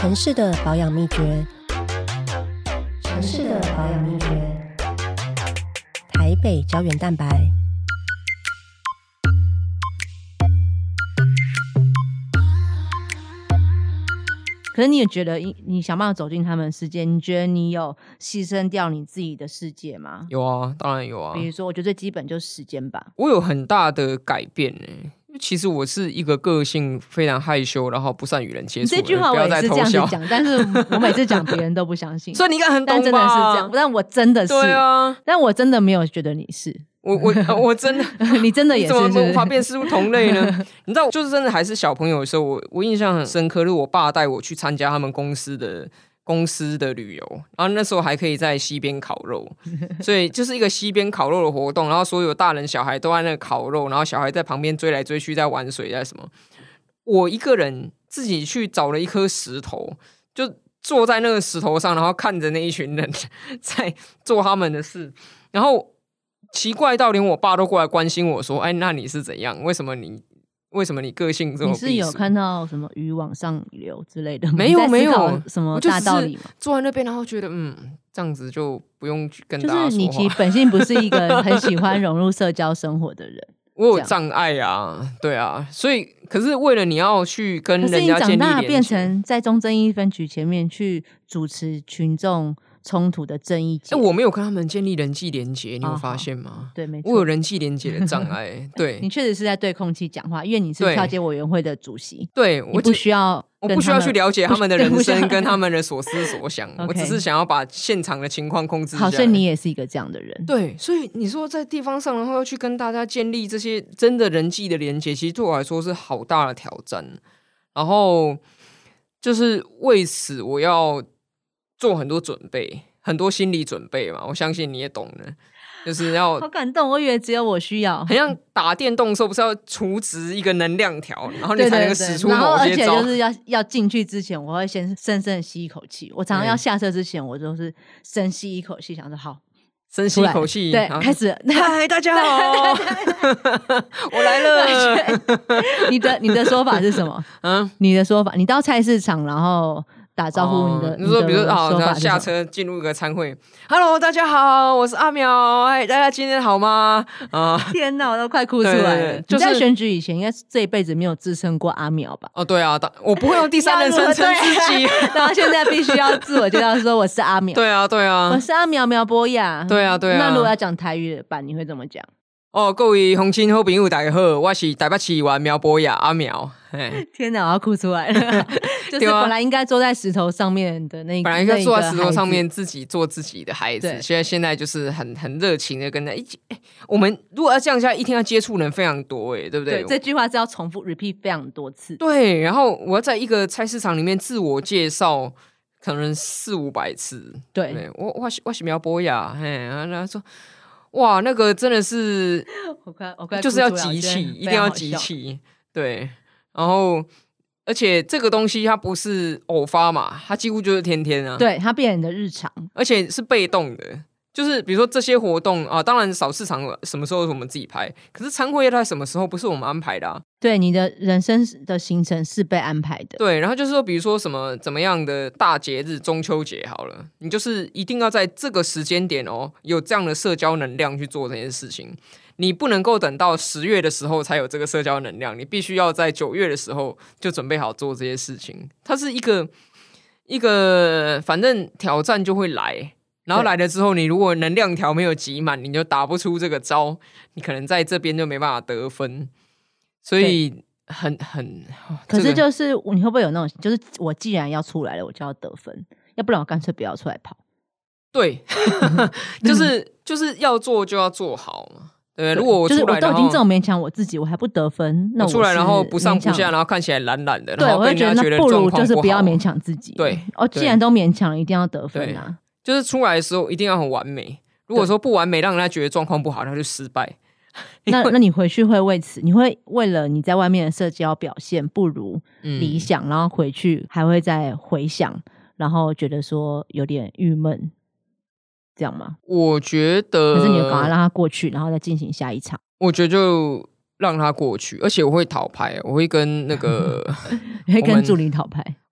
城市的保养秘诀，城市的保养秘诀，台北胶原蛋白。 可是你也觉得你想办法走进他们的世界，你觉得你有牺牲掉你自己的世界吗？ 有啊，当然有啊。 比如说我觉得最基本就是时间吧。 我有很大的改变其实我是一个个性非常害羞然后不善与人接触的人。 这句话我也是这样子讲，但是我每次讲别人都不相信所以你应该很懂吧？ 但真的是这样，但我真的是。 对啊， 但我真的没有觉得你是我真的你真的也是你怎么无法辨识出同类呢？你知道就是真的还是小朋友的时候，我印象很深刻，就是我爸带我去参加他们公司的旅游，然后那时候还可以在溪边烤肉，所以就是一个溪边烤肉的活动，然后所有大人小孩都在那个烤肉，然后小孩在旁边追来追去在玩水在什么，我一个人自己去找了一颗石头，就坐在那个石头上，然后看着那一群人在做他们的事，然后奇怪到连我爸都过来关心我说，哎，那你是怎样？为什么你个性这么避暑？ 你是有看到什么鱼往上流之类的吗？ 没有什么大道理吗？ 坐在那边然后觉得这样子就不用跟大家说话， 就是你其实本性不是一个很喜欢融入社交生活的人。 我有障碍啊，对啊，所以可是为了你要去跟人家建立连结， 可是你长大变成在中正一分局前面去主持群众冲突的正义节。 我没有跟他们建立人际连结，你有发现吗？ 对，没错， 我有人际连结的障碍。对， 你确实是在对空气讲话，因为你是调解委员会的主席。 对， 我不需要去了解他们的人生跟他们的所思所想我只是想要把现场的情况控制下来。 好，所以你也是一个这样的人。 对，所以你说在地方上然后要去跟大家建立这些真的人际的连结，其实对我来说是好大的挑战。然后就是为此我要做很多准备，很多心理准备嘛，我相信你也懂的，就是要好感动，我以为只有我需要。 很像打电动的时候不是要储值一个能量条，然后你才能使出某些招。 而且就是要进去之前我会先深深的吸一口气，我常常要下车之前我都是深吸一口气，想说好深吸一口气， 对，开始。 嗨，大家好，我来了。 你的说法是什么？你的说法，你到菜市场然后打招呼， 你说比如说下车进入一个餐会 ，Hello， 大家好，我是阿苗，哎，大家今天好吗？ 天哪，我都快哭出来了。你在选举以前，应该这一辈子没有自称过阿苗吧？ 对啊，我不会用第三人称称自己， 然后现在必须要自我介绍说我是阿苗。 对啊， 我是阿苗苗博雅。 对啊。 那如果要讲台语版，你会怎么讲？ 各位乡亲好朋友大家好，我是台北市议员苗博雅阿苗。 天哪，我要哭出来了。就是本来应该坐在石头上面的那个， 本来应该坐在石头上面自己做自己的孩子，现在就是很热情的跟他一起。我们如果要这样下，一天要接触人非常多，对不对？ 对，这句话是要重复 repeat 非常多次。 对，然后我要在一个菜市场里面自我介绍，可能400-500次。 对， 我是苗博雅，然后说。哇，那个真的是， 我快就是要集气，一定要集气，对。然后，而且这个东西它不是偶发嘛，它几乎就是天天啊， 对，它变成你的日常， 而且是被动的。就是比如说这些活动啊，当然扫市场什么时候是我们自己排，可是餐会在什么时候不是我们安排的啊？ 对，你的人生的行程是被安排的。 对，然后就是说比如说什么怎么样的大节日，中秋节好了，你就是一定要在这个时间点有这样的社交能量去做这件事情，你不能够等到10月的时候才有这个社交能量，你必须要在9月的时候就准备好做这些事情。它是一个反正挑战就会来，然后来了之后，你如果能量条没有集满，你就打不出这个招，你可能在这边就没办法得分，所以可是就是你会不会有那种，就是我既然要出来了，我就要得分，要不然我干脆不要出来跑。 对，就是要做就要做好嘛。对，如果我出来， 就是我都已经这么勉强我自己，我还不得分，那我出来然后不上不下，然后看起来懒懒的， 对，我会觉得那不如就是不要勉强自己。 对， 既然都勉强了，一定要得分啊。 就是出来的时候一定要很完美，如果说不完美让人家觉得状况不好，那就失败。 那你回去会为此，你会为了你在外面的社交表现不如理想，然后回去还会再回想，然后觉得说有点郁闷，这样吗？ 我觉得， 可是你就赶快让它过去，然后再进行下一场。 我觉得就让它过去，而且我会讨拍，我会跟那个你会跟助理讨拍。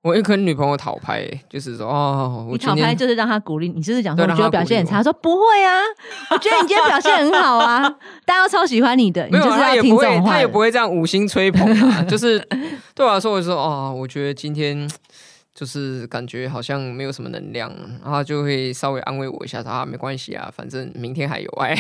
我会跟女朋友讨拍，就是说哦， 你讨拍就是让她鼓励你，就是讲说我觉得表现很差， 她说不会啊，我觉得你今天表现很好啊，大家都超喜欢你的，你就是要听这种话， 他也不会这样五星吹捧啊，就是对我来说，我说哦，我觉得今天就是感觉好像没有什么能量，然后就会稍微安慰我一下，说啊没关系啊，反正明天还有爱，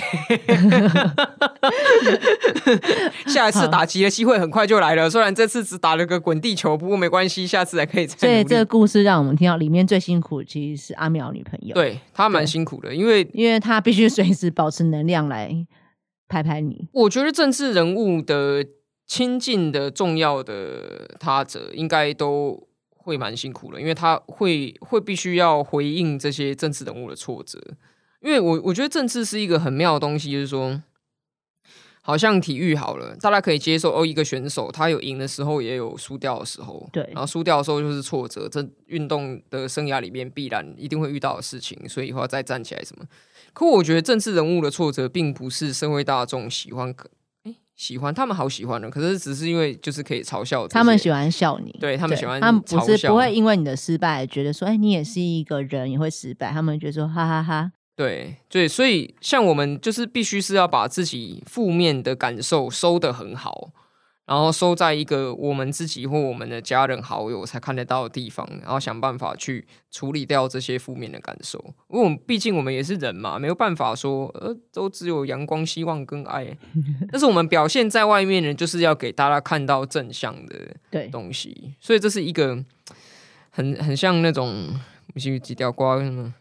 下一次打击的机会很快就来了。虽然这次只打了个滚地球，不过没关系，下次还可以再努力。 所以这个故事让我们听到里面最辛苦的其实是阿苗女朋友， 对她蛮辛苦的，因为她必须随时保持能量来拍拍你。 我觉得政治人物的亲近的重要的他者应该都会蛮辛苦的，因为他会必须要回应这些政治人物的挫折。因为我觉得政治是一个很妙的东西，就是说好像体育好了，大家可以接受哦，一个选手他有赢的时候也有输掉的时候， 对， 然后输掉的时候就是挫折，这运动的生涯里面必然一定会遇到的事情，所以以后要再站起来什么。可我觉得政治人物的挫折并不是社会大众喜欢他们好喜欢的，可是只是因为就是可以嘲笑他们喜欢笑你， 对他们喜欢他们不会因为你的失败觉得说你也是一个人也会失败，他们觉得说哈哈哈。 对，所以像我们就是必须是要把自己负面的感受收得很好，然后收在一个我们自己或我们的家人好友才看得到的地方，然后想办法去处理掉这些负面的感受。因为毕竟我们也是人嘛，没有办法说都只有阳光、希望跟爱。但是我们表现在外面呢，就是要给大家看到正向的东西。所以这是一个很像那种几条瓜什么。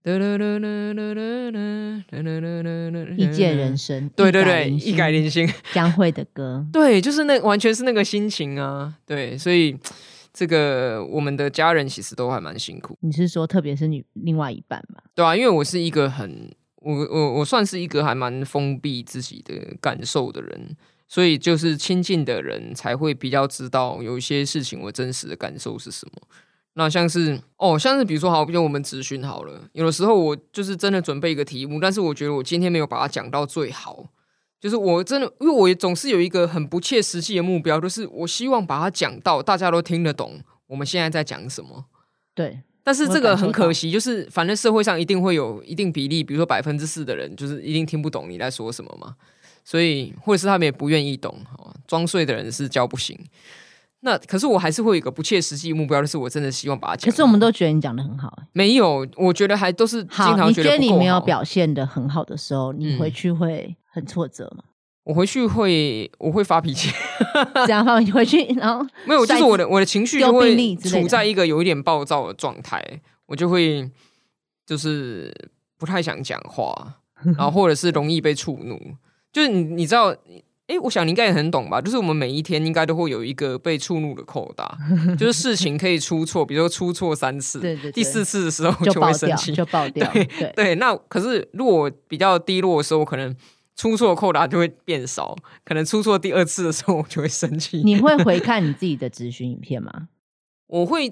一介人生， 对，一改人心， 将会的歌， 对，就是完全是那个心情啊，对，所以这个我们的家人其实都还蛮辛苦。 你是说特别是另外一半吧？ 对啊，因为我是一个我算是一个还蛮封闭自己的感受的人，所以就是亲近的人才会比较知道有一些事情我真实的感受是什么。那像是比如说比如我们咨询好了，有的时候我就是真的准备一个题目，但是我觉得我今天没有把它讲到最好，就是我真的因为我也总是有一个很不切实际的目标，就是我希望把它讲到大家都听得懂我们现在在讲什么。 对， 但是这个很可惜，就是反正社会上一定会有一定比例，比如说4%的人就是一定听不懂你在说什么嘛，所以或者是他们也不愿意懂，装睡的人是教不行。那可是我还是会有一个不切实际目标，就是我真的希望把它讲好。 可是我们都觉得你讲得很好， 没有，我觉得还都是经常觉得不够好。 你觉得你没有表现得很好的时候，你回去会很挫折吗？ 我回去我会发脾气， 这样发脾气回去，然后没有，就是我的情绪就会处在一个有一点暴躁的状态，我就会就是不太想讲话，然后或者是容易被触怒，就是你知道。我想你应该也很懂吧，就是我们每一天应该都会有一个被触怒的扣打，就是事情可以出错，比如说出错3次， 对， 第4次的时候就会生气， 就爆掉。 对，那可是如果我比较低落的时候，我可能出错的扣打就会变少，可能出错第2次的时候我就会生气。 你会回看你自己的咨询影片吗？ 我会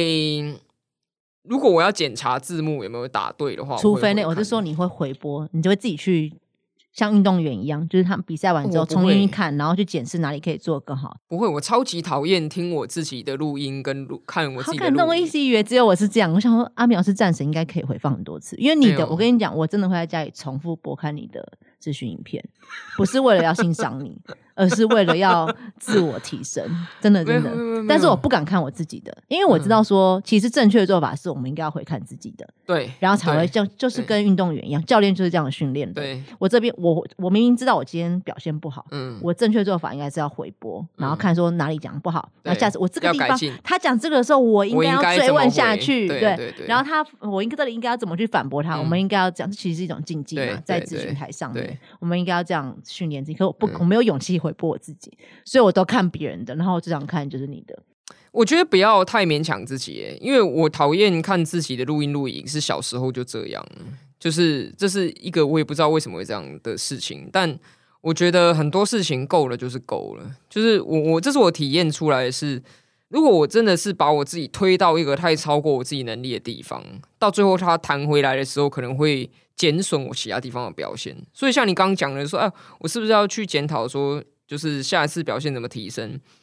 如果我要检查字幕有没有打对的话， 除非我是说你会回播，你就会自己去。像运动员一样，就是他们比赛完之后重新看，然后去检视哪里可以做得更好。 不会，我超级讨厌听我自己的录音跟看我自己的录音。好感动，我一直以为只有我是这样。我想说，阿苗是战神，应该可以回放很多次。因为你的，我跟你讲，我真的会在家里重复播看你的咨询影片，不是为了要欣赏你，而是为了要自我提升。真的。但是我不敢看我自己的，因为我知道说，其实正确的做法是我们应该要回看自己的， 对， 然后才会就是跟运动员一样，教练就是这样训练的。 对， 我这边我明明知道我今天表现不好，我正确做法应该是要回播，然后看说哪里讲不好，然后下次我这个地方他讲这个的时候，我应该要追问下去， 对， 然后我这里应该要怎么去反驳他？我们应该要讲，这其实是一种竞技嘛，在咨询台上面，我们应该要这样训练自己。可我没有勇气回播我自己，所以我都看别人的，然后我最想看就是你的。 我觉得不要太勉强自己，因为我讨厌看自己的录音录影，是小时候就这样，就是这是一个我也不知道为什么会这样的事情，但我觉得很多事情够了就是够了，就是这是我体验出来的是，如果我真的是把我自己推到一个太超过我自己能力的地方，到最后它弹回来的时候，可能会减损我其他地方的表现。所以像你刚刚讲的说，我是不是要去检讨说，就是下一次表现怎么提升？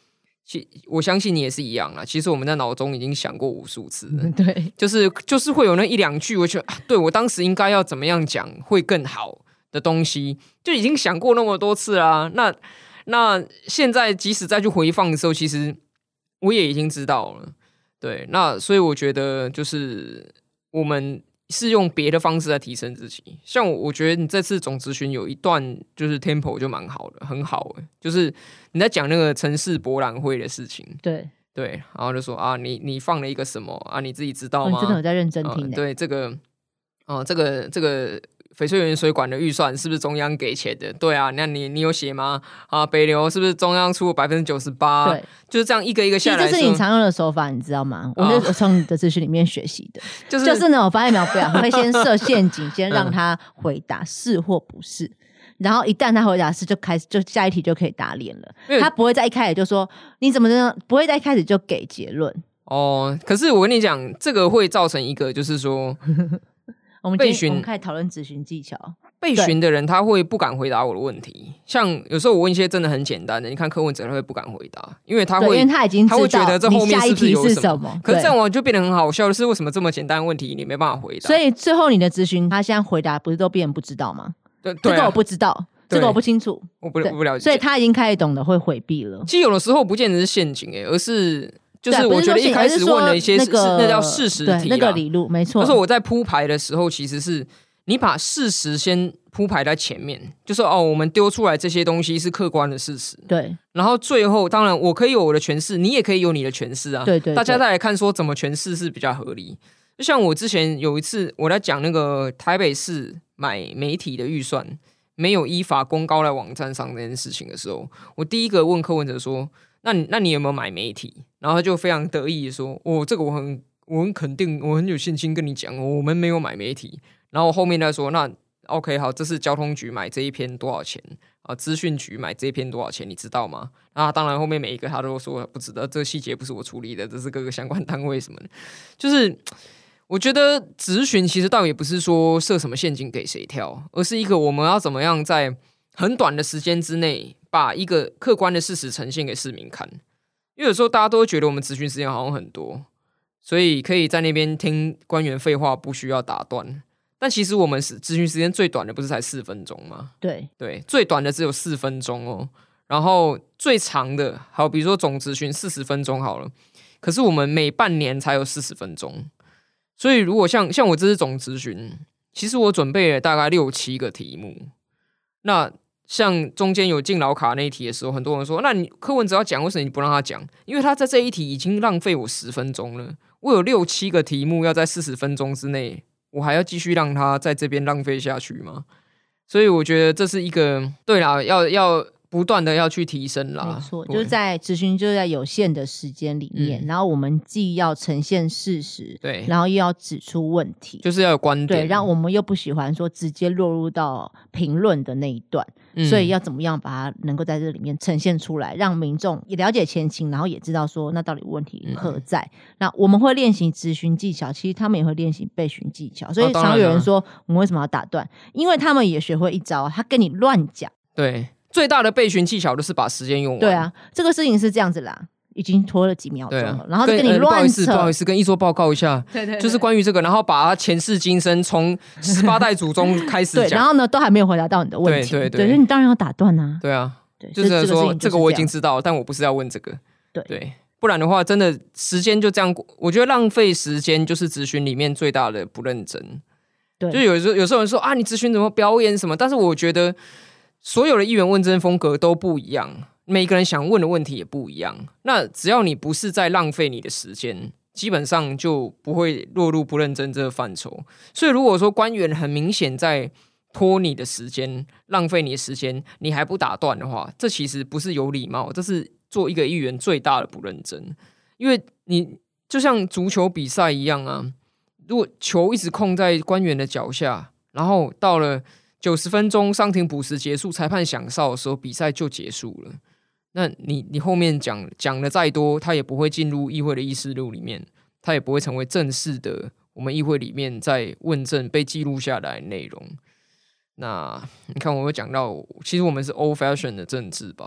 我相信你也是一样啦。其实我们在脑中已经想过无数次了， 对， 就是会有那一两句，我觉得对我当时应该要怎么样讲会更好的东西，就已经想过那么多次啦。那现在即使再去回放的时候，其实我也已经知道了。对，那所以我觉得就是我们是用别的方式在提升自己。像我觉得你这次总咨询有一段就是 tempo 就蛮好的，很好欸，就是你在讲那个城市博览会的事情。 对， 然后就说啊，你放了一个什么啊？你自己知道吗？ 你真的有在认真听对，这个翡翠园水管的预算是不是中央给钱的？对啊，那你有写吗？啊，北流是不是中央出了98%？对，就是这样一个一个下来。 其实这是你常用的手法，你知道吗？我是从你的咨询里面学习的，就是呢，我发现秒表会先设陷阱，先让他回答是或不是。然后一旦他回答是，就下一题就可以打脸了。他不会在一开始就说你怎么这样，不会在一开始就给结论。 可是我跟你讲，这个会造成一个就是说。 我们开始讨论咨询技巧。 被询的人他会不敢回答我的问题，像有时候我问一些真的很简单的，你看柯文哲他会不敢回答，因为他已经知道他会觉得这后面是不是有什么？ 可是这样就变得很好笑的是，为什么这么简单的问题你没办法回答？ 所以最后你的咨询他现在回答不是都变成不知道吗？ 对， 这个我不知道，这个我不清楚， 我不了解， 所以他已经开始懂得会回避了。 其实有的时候不见得是陷阱而是。就是我觉得一开始问了一些那叫事实题， 那个理路没错。 就是我在铺排的时候，其实是你把事实先铺排在前面，就是我们丢出来这些东西是客观的事实， 对。 然后最后，当然我可以有我的诠释，你也可以有你的诠释啊， 对， 大家再来看说怎么诠释是比较合理。就像我之前有一次我在讲那个台北市买媒体的预算没有依法公告在网站上这件事情的时候，我第一个问柯文哲说。那你有没有买媒体？然后他就非常得意的说：“这个我很肯定，我很有信心跟你讲，我们没有买媒体。”然后后面他说：“那 OK 好，这是交通局买这一篇多少钱啊？资讯局买这一篇多少钱？你知道吗？”啊，当然后面每一个他都说不知道，这个细节不是我处理的，这是各个相关单位什么的。就是我觉得咨询其实倒也不是说设什么陷阱给谁跳，而是一个我们要怎么样在很短的时间之内。把一个客观的事实呈现给市民看，因为有时候大家都会觉得我们咨询时间好像很多，所以可以在那边听官员废话，不需要打断。但其实我们咨询时间最短的不是才4分钟吗？ 对， 最短的只有4分钟哦。然后最长的，好，比如说总咨询40分钟好了，可是我们每半年才有40分钟。所以如果像我这次总咨询，其实我准备了大概6、7个题目，那。像中间有敬老卡那一题的时候，很多人说：“那你柯文哲要讲，为什么你不让他讲？因为他在这一题已经浪费我10分钟了。我有6、7个题目要在40分钟之内，我还要继续让他在这边浪费下去吗？”所以我觉得这是一个对啦，要不断的要去提升啦。 没错，就是在咨询就在有限的时间里面，然后我们既要呈现事实， 对， 然后又要指出问题， 就是要有观点。 对，然后我们又不喜欢说直接落入到评论的那一段。所以要怎么样把它能够在这里面呈现出来，让民众也了解前情，然后也知道说那到底问题何在。那我们会练习咨询技巧，其实他们也会练习被询技巧。所以常有人说我们为什么要打断，因为他们也学会一招，他跟你乱讲。 对，最大的被询技巧就是把时间用完。 对啊，这个事情是这样子啦。已经拖了几秒钟了，然后跟你乱扯。 不好意思，跟一桌报告一下， 对， 就是关于这个，然后把他前世今生从18代祖宗开始讲， 对，然后呢都还没有回答到你的问题，对，所以你当然要打断啊。 对啊，就是说这个我已经知道，但我不是要问这个，对，不然的话真的时间就这样，我觉得浪费时间就是咨询里面最大的不认真。 对， 就有时候人说啊，你咨询怎么表演什么，但是我觉得所有的议员问政风格都不一样。每个人想问的问题也不一样，那只要你不是在浪费你的时间，基本上就不会落入不认真这个范畴。所以如果说官员很明显在拖你的时间，浪费你的时间，你还不打断的话，这其实不是有礼貌，这是做一个议员最大的不认真。因为你就像足球比赛一样啊，如果球一直控在官员的脚下，然后到了90分钟伤停补时结束，裁判响哨的时候，比赛就结束了。那你后面讲的再多，他也不会进入议会的议事录里面，他也不会成为正式的我们议会里面在问政被记录下来的内容。那你看我有讲到，其实我们是 old fashion 的政治吧？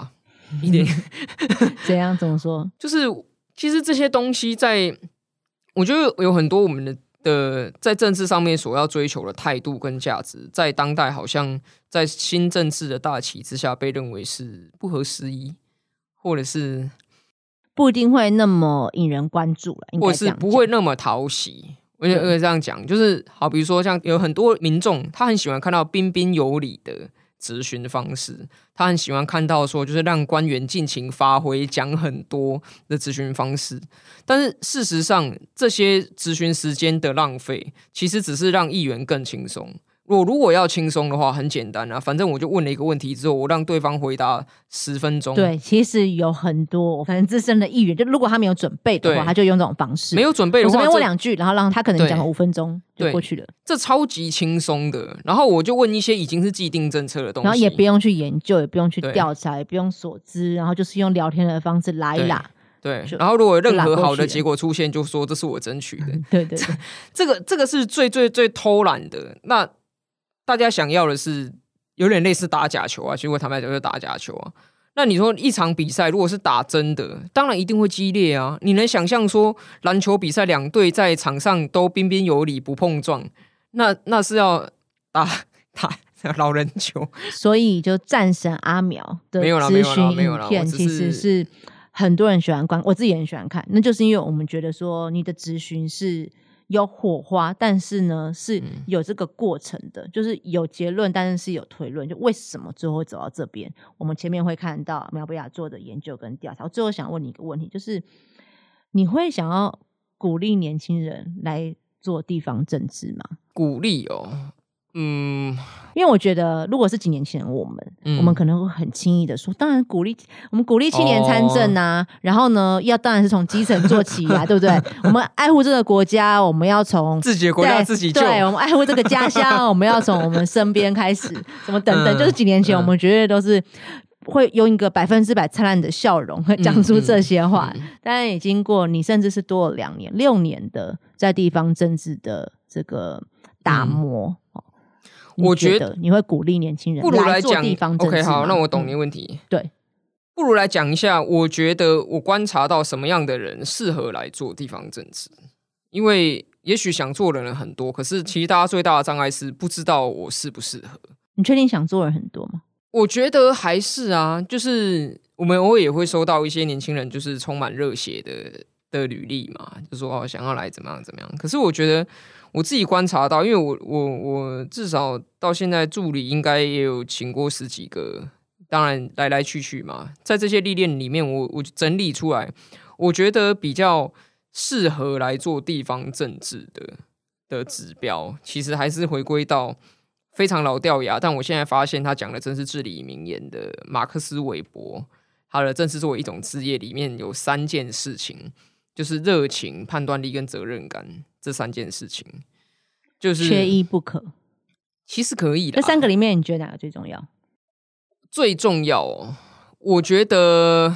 一点怎样怎么说？ 就是其实这些东西我觉得有很多我们的在政治上面所要追求的态度跟价值，在当代好像在新政治的大旗之下被认为是不合时宜，或者是不一定会那么引人关注了， 或者是不会那么讨喜。我觉得这样讲就是好，比如说像有很多民众，他很喜欢看到彬彬有礼的质询方式，他很喜欢看到说就是让官员尽情发挥，讲很多的质询方式。但是事实上，这些质询时间的浪费，其实只是让议员更轻松。我如果要轻松的话，很简单啊，反正我就问了一个问题之后，我让对方回答10分钟。 对，其实有很多反正资深的议员，就如果他没有准备的话，他就用这种方式。 没有准备的话， 我这边问2句，然后让他可能讲个5分钟就过去了。 这超级轻松的。然后我就问一些已经是既定政策的东西， 然后也不用去研究，也不用去调查，也不用索资，然后就是用聊天的方式拉一拉。 对，然后如果有任何好的结果出现，就说这是我争取的。 对对对， 这个是最最最偷懒的。那大家想要的是有点类似打假球啊，其实我坦白讲就是打假球啊。那你说一场比赛如果是打真的，当然一定会激烈啊。你能想象说篮球比赛2队在场上都彬彬有礼不碰撞，那是要打老人球。所以就战神阿苗的咨询影片其实是很多人喜欢观，我自己也很喜欢看，那就是因为我们觉得说你的咨询是有火花，但是呢是有这个过程的，就是有结论，但是有推论，就为什么最后会走到这边。我们前面会看到苗博雅做的研究跟调查。我最后想问你一个问题，就是你会想要鼓励年轻人来做地方政治吗？ 鼓励哦， 因为我觉得如果是几年前我们可能会很轻易的说，当然我们鼓励青年参政啊，然后呢当然是从基层做起啊，对不对？我们爱护这个国家，我们要从自己的国家自己救， 对，我们爱护这个家乡我们要从我们身边开始，什么等等，就是几年前我们绝对都是会用一个100%灿烂的笑容讲出这些话，但已经过你甚至是多了2年6年的在地方政治的这个打磨，我觉得你会鼓励年轻人不如来做地方政治。 OK， 好，那我懂你的问题。 对， 不如来讲一下，我觉得我观察到什么样的人适合来做地方政治。因为也许想做的人很多，可是其实大家最大的障碍是不知道我适不适合。 你确定想做的人很多吗？ 我觉得还是啊，就是我们偶尔也会收到一些年轻人就是充满热血的履历嘛，就说想要来怎么样怎么样。可是我觉得我自己观察到，因为我至少到现在助理应该也有请过10几个，当然来来去去嘛，在这些历练里面我整理出来，我觉得比较适合来做地方政治的指标，其实还是回归到非常老掉牙，但我现在发现他讲的真是至理名言的马克思韦伯，他的政治作为一种职业里面有3件事情，就是热情、判断力跟责任感，这3件事情就是缺一不可。 其实可以的， 这3个里面你觉得哪个最重要？ 最重要哦，我觉得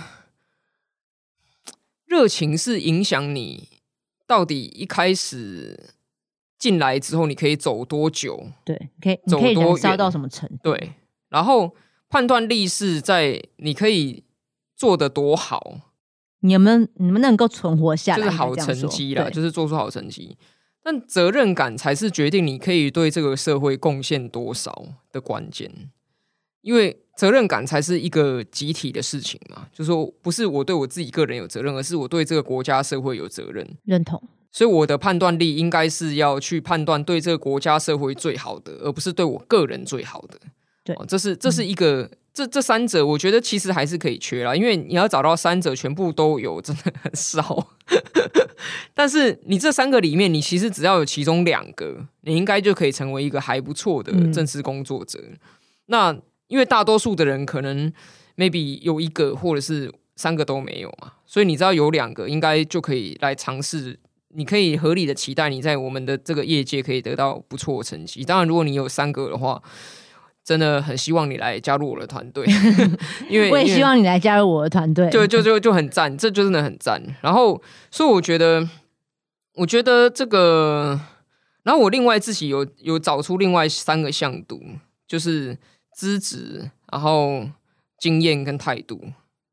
热情是影响你到底一开始进来之后你可以走多久， 对，你可以燃烧到什么程度， 对。然后判断力是在你可以做得多好， 你们能够存活下来， 就是好成绩啦，就是做出好成绩。但责任感才是决定你可以对这个社会贡献多少的关键，因为责任感才是一个集体的事情嘛，就是说不是我对我自己个人有责任，而是我对这个国家社会有责任。 认同。 所以我的判断力应该是要去判断对这个国家社会最好的，而不是对我个人最好的。 对， 这是一个这3者，我觉得其实还是可以缺啦，因为你要找到3者全部都有，真的很少。但是你这3个里面，你其实只要有其中2个，你应该就可以成为一个还不错的政治工作者。那因为大多数的人可能 maybe 有1个或者是3个都没有嘛，所以你只要有2个，应该就可以来尝试。你可以合理的期待你在我们的这个业界可以得到不错的成绩。当然，如果你有3个的话，真的很希望你来加入我的团队，因为我也希望你来加入我的团队， 就很赞，这就真的很赞。然后，所以我觉得这个，然后我另外自己有找出另外3个向度，就是资质，然后经验跟态度。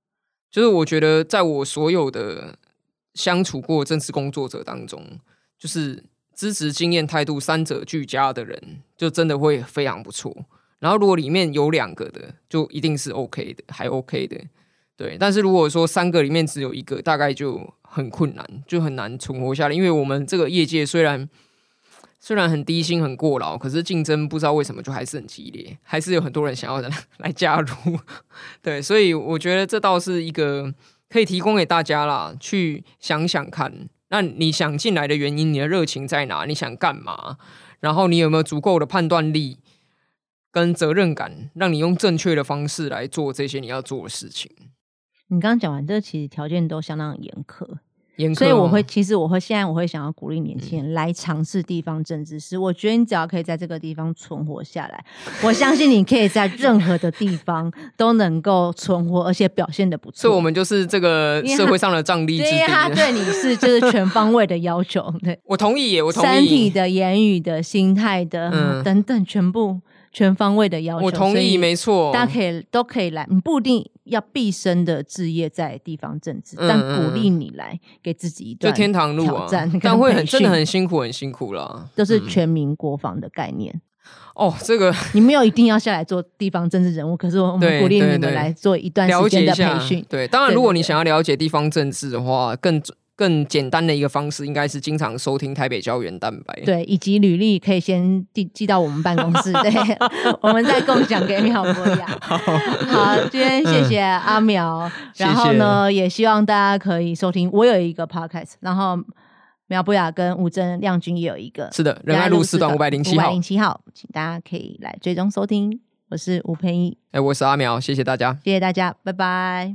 就是我觉得在我所有的相处过政治工作者当中，就是资质、经验、态度三者俱佳的人，就真的会非常不错。然后如果里面有2个的，就一定是 OK 的，还 OK 的。对，但是如果说3个里面只有1个，大概就很困难，就很难存活下来。因为我们这个业界虽然很低薪、很过劳，可是竞争不知道为什么就还是很激烈，还是有很多人想要来加入。对，所以我觉得这倒是一个可以提供给大家啦，去想想看。那你想进来的原因，你的热情在哪？你想干嘛？然后你有没有足够的判断力跟责任感，让你用正确的方式来做这些你要做的事情？ 你刚刚讲完，这其实条件都相当严苛。 所以我会现在想要鼓励年轻人来尝试地方政治时，我觉得你只要可以在这个地方存活下来，我相信你可以在任何的地方都能够存活，而且表现得不错。 所以我们就是这个社会上的仗力之地。 因为他对你是就是全方位的要求。对， 我同意耶，我同意。 身体的、言语的、心态的、等等，全方位的要求。 我同意，没错。 大家都可以来，你不一定要毕生的志业在地方政治，但鼓励你来给自己一段就天堂路挑战， 但会真的很辛苦啦。 都是全民国防的概念。 这个你没有一定要下来做地方政治人物，可是我们鼓励你们来做一段时间的培训。 对，当然如果你想要了解地方政治的话，更简单的一个方式应该是经常收听台北胶原蛋白， 对，以及履历可以先寄到我们办公室，对，我们再共享给苗博雅。好，今天谢谢阿苗，然后呢也希望大家可以收听，我有一个 podcast， 然后苗博雅跟吴峥、亮君也有一个， 是的，仁爱路4段507号， 请大家可以来追踪收听。我是吴佩仪， 我是阿苗，谢谢大家， 谢谢大家，拜拜。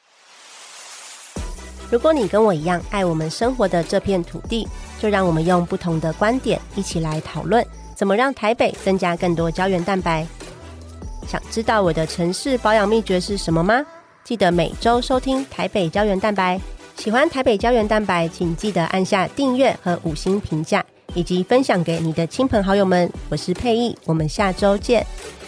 如果你跟我一样爱我们生活的这片土地，就让我们用不同的观点一起来讨论怎么让台北增加更多胶原蛋白。想知道我的城市保养秘诀是什么吗？记得每周收听台北胶原蛋白。喜欢台北胶原蛋白，请记得按下订阅和5星评价，以及分享给你的亲朋好友们。我是佩仪，我们下周见。